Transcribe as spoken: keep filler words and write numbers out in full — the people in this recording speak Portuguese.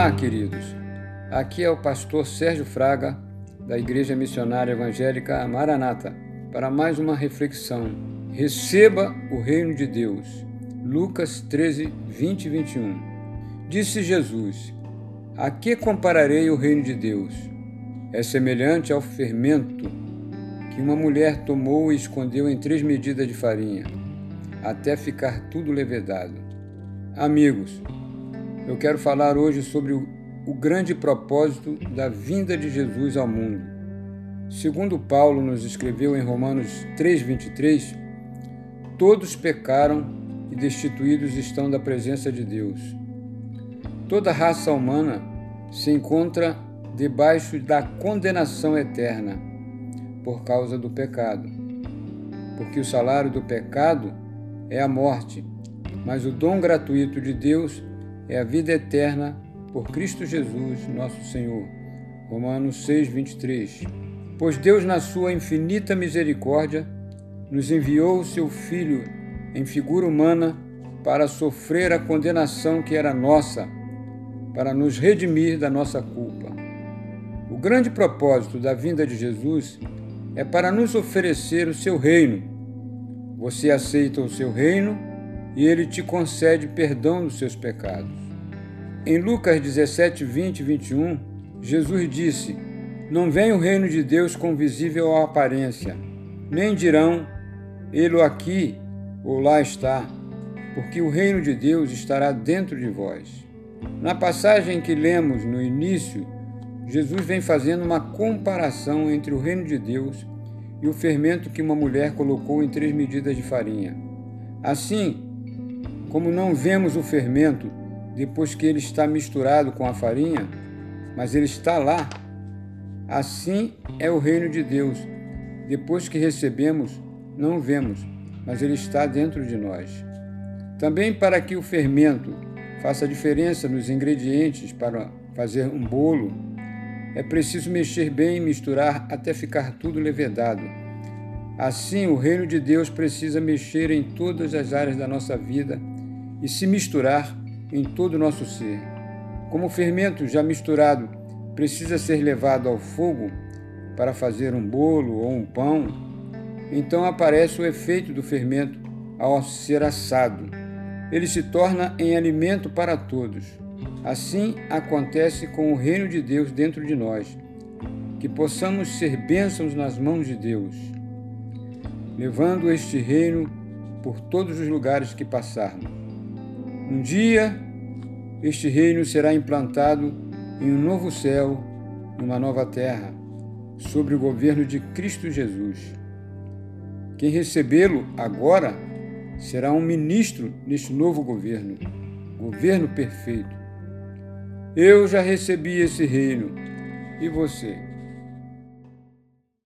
Olá, queridos. Aqui é o pastor Sérgio Fraga, da Igreja Missionária Evangélica Maranata, para mais uma reflexão. Receba o reino de Deus. Lucas treze, vinte e vinte e um. Disse Jesus: a que compararei o reino de Deus? É semelhante ao fermento que uma mulher tomou e escondeu em três medidas de farinha, até ficar tudo levedado. Amigos, eu quero falar hoje sobre o, o grande propósito da vinda de Jesus ao mundo. Segundo Paulo nos escreveu em Romanos três, vinte e três, todos pecaram e destituídos estão da presença de Deus. Toda a raça humana se encontra debaixo da condenação eterna por causa do pecado. Porque o salário do pecado é a morte, mas o dom gratuito de Deus é a vida eterna por Cristo Jesus, nosso Senhor. Romanos seis, vinte e três. Pois Deus, na sua infinita misericórdia, nos enviou o seu Filho em figura humana para sofrer a condenação que era nossa, para nos redimir da nossa culpa. O grande propósito da vinda de Jesus é para nos oferecer o seu reino. Você aceita o seu reino e ele te concede perdão dos seus pecados. Em Lucas dezessete, vinte e vinte e um, Jesus disse: não vem o reino de Deus com visível aparência, nem dirão, ele aqui ou lá está, porque o reino de Deus estará dentro de vós. Na passagem que lemos no início, Jesus vem fazendo uma comparação entre o reino de Deus e o fermento que uma mulher colocou em três medidas de farinha. Assim, como não vemos o fermento depois que ele está misturado com a farinha, mas ele está lá, assim é o reino de Deus. Depois que recebemos, não vemos, mas ele está dentro de nós. Também para que o fermento faça diferença nos ingredientes para fazer um bolo, é preciso mexer bem e misturar até ficar tudo levedado. Assim, o reino de Deus precisa mexer em todas as áreas da nossa vida e se misturar em todo o nosso ser. Como o fermento já misturado precisa ser levado ao fogo para fazer um bolo ou um pão, então aparece o efeito do fermento ao ser assado. Ele se torna em alimento para todos. Assim acontece com o reino de Deus dentro de nós, que possamos ser bênçãos nas mãos de Deus, levando este reino por todos os lugares que passarmos. Um dia, este reino será implantado em um novo céu, numa nova terra, sob o governo de Cristo Jesus. Quem recebê-lo agora será um ministro neste novo governo, governo perfeito. Eu já recebi esse reino, e você?